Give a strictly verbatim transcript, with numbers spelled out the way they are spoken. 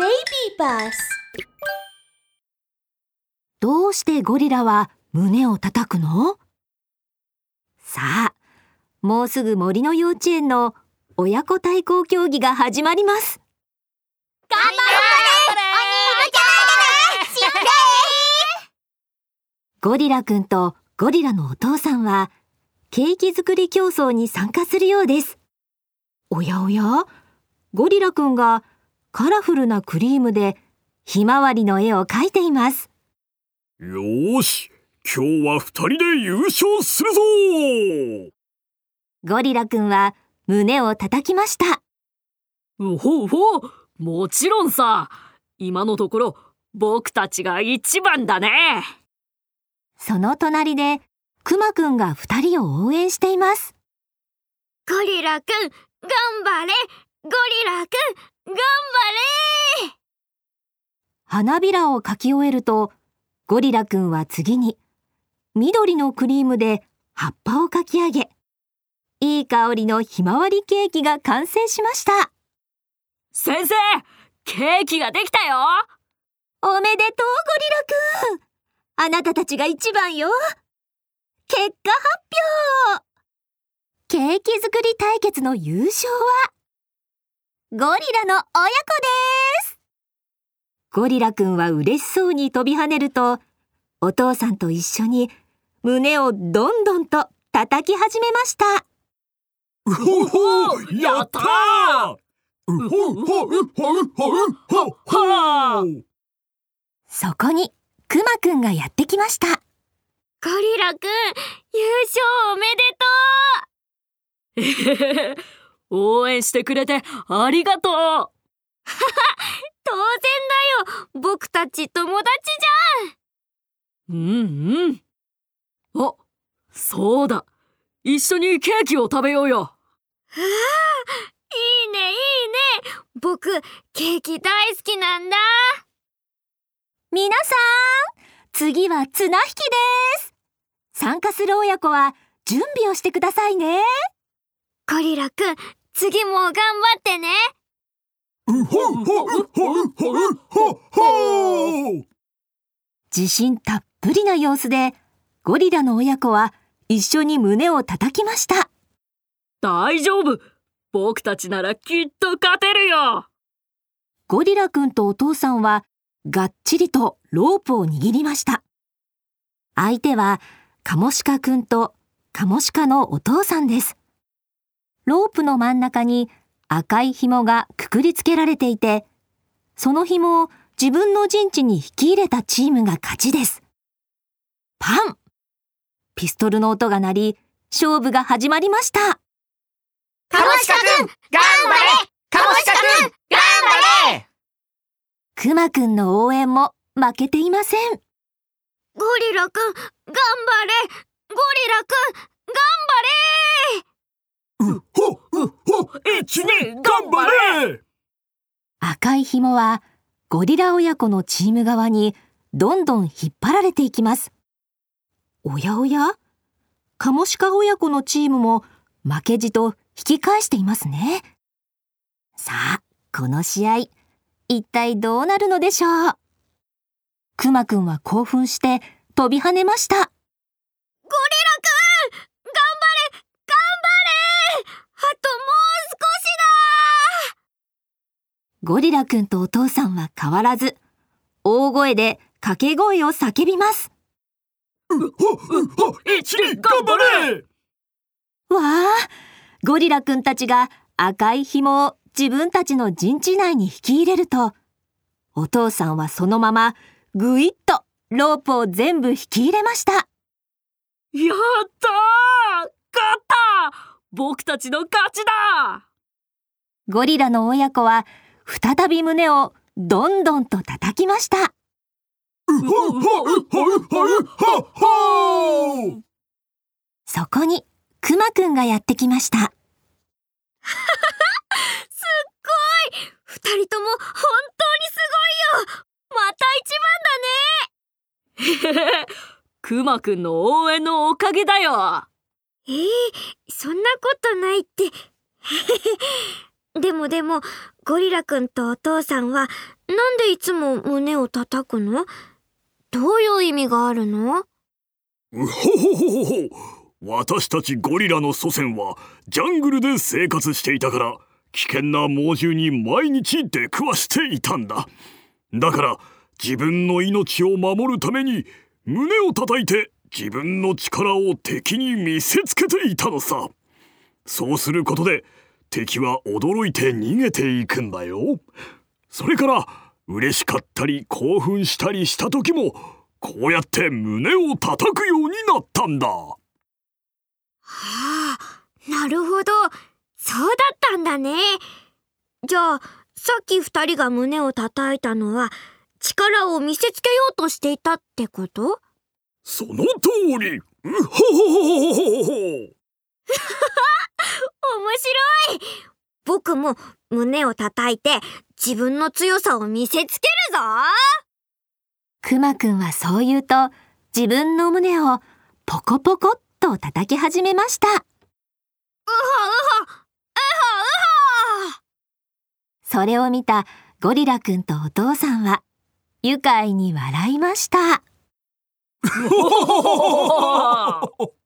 バス。 どうしてゴリラは胸を叩くの？さあ、もうすぐ森の幼稚園の親子対抗競技が始まります。 頑張れ、お兄ちゃん、 ゴリラくんとゴリラのお父さんはケーキ作り競争に参加するようです。おやおや、ゴリラくんがカラフルなクリームでひまわりの絵を描いています。 よーし、今日は二人で優勝するぞ。 ゴリラくんは胸を叩きました。 うほうほう、もちろんさ。今のところ僕たちが一番だね。 その隣でクマくんが二人を応援しています。 ゴリラくん、頑張れ、ゴリラくん、頑張れ。 花びらを描き終えると、ゴリラくんは次に緑のクリームで葉っぱを描き上げ、いい香りのひまわりケーキが完成しました。 先生、ケーキができたよ。 おめでとうゴリラくん。あなたたちが一番よ。結果発表。ケーキ作り対決の優勝はゴリラの親子です。ゴリラくんは嬉しそうに飛び跳ねると、お父さんと一緒に胸をどんどんと叩き始めました。 うほほ、やったー。うほほ、うほうほうほほ。 そこにクマくんがやってきました。 ゴリラくん、優勝おめでとう。 応援してくれてありがとう。 当然だよ、僕たち友達じゃん。うんうん。あ、そうだ。一緒にケーキを食べようよ。 ああ、いいねいいね。僕ケーキ大好きなんだ。 皆さん、次は綱引きです。参加する親子は準備をしてくださいね。 ゴリラくん、次も頑張ってね。 うほうほうほうほうほほ。 自信たっぷりな様子でゴリラの親子は一緒に胸を叩きました。 大丈夫、僕たちならきっと勝てるよ。 ゴリラくんとお父さんはがっちりとロープを握りました。相手はカモシカくんとカモシカのお父さんです。ロープの真ん中に赤い紐がくくりつけられていて、その紐を自分の陣地に引き入れたチームが勝ちです。パン！ピストルの音が鳴り、勝負が始まりました。 カモシカくん、頑張れ！カモシカくん、頑張れ！ クマくんの応援も負けていません。 ゴリラくん、頑張れ！ゴリラくん、頑張れ！ うほうほ、一二頑張れ！ 赤い紐はゴリラ親子のチーム側にどんどん引っ張られていきます。おやおや、カモシカ親子のチームも負けじと引き返していますね。さあ、この試合、一体どうなるのでしょう。クマくんは興奮して飛び跳ねました。ゴリラくん、頑張れ、頑張れ！あともう少しだ！ ゴリラくんとお父さんは変わらず、大声で掛け声を叫びます。 うほうほ、一二頑張れ！ わあ、ゴリラくんたちが赤い紐を自分たちの陣地内に引き入れると、お父さんはそのままぐいっとロープを全部引き入れました。 やったー！勝った！僕たちの勝ちだ！ ゴリラの親子は再び胸をどんどんと叩きました。 うほうほうほうほうほほ。 そこにクマくんがやってきました。 すっごい！二人とも本当にすごいよ！また一番だね！ クマくんの応援のおかげだよ。 えー、そんなことないって。でもでも、ゴリラくんとお父さんはなんでいつも胸を叩くの？どういう意味があるの？ うほほほほほ。私たちゴリラの祖先はジャングルで生活していたから、危険な猛獣に毎日出くわしていたんだ。だから自分の命を守るために胸を叩いて自分の力を敵に見せつけていたのさ。そうすることで敵は驚いて逃げていくんだよ。それから嬉しかったり興奮したりした時もこうやって胸を叩くようになったんだ。はあ、なるほど。そうだったんだね。じゃあさっき二人が胸を叩いたのは力を見せつけようとしていたってこと？ その通り。うほほほほほほ。 面白い。僕も胸を叩いて自分の強さを見せつけるぞ。 くまくんはそう言うと自分の胸をポコポコっと叩き始めました。うほうほうほうほ。 それを見たゴリラくんとお父さんは愉快に笑いました。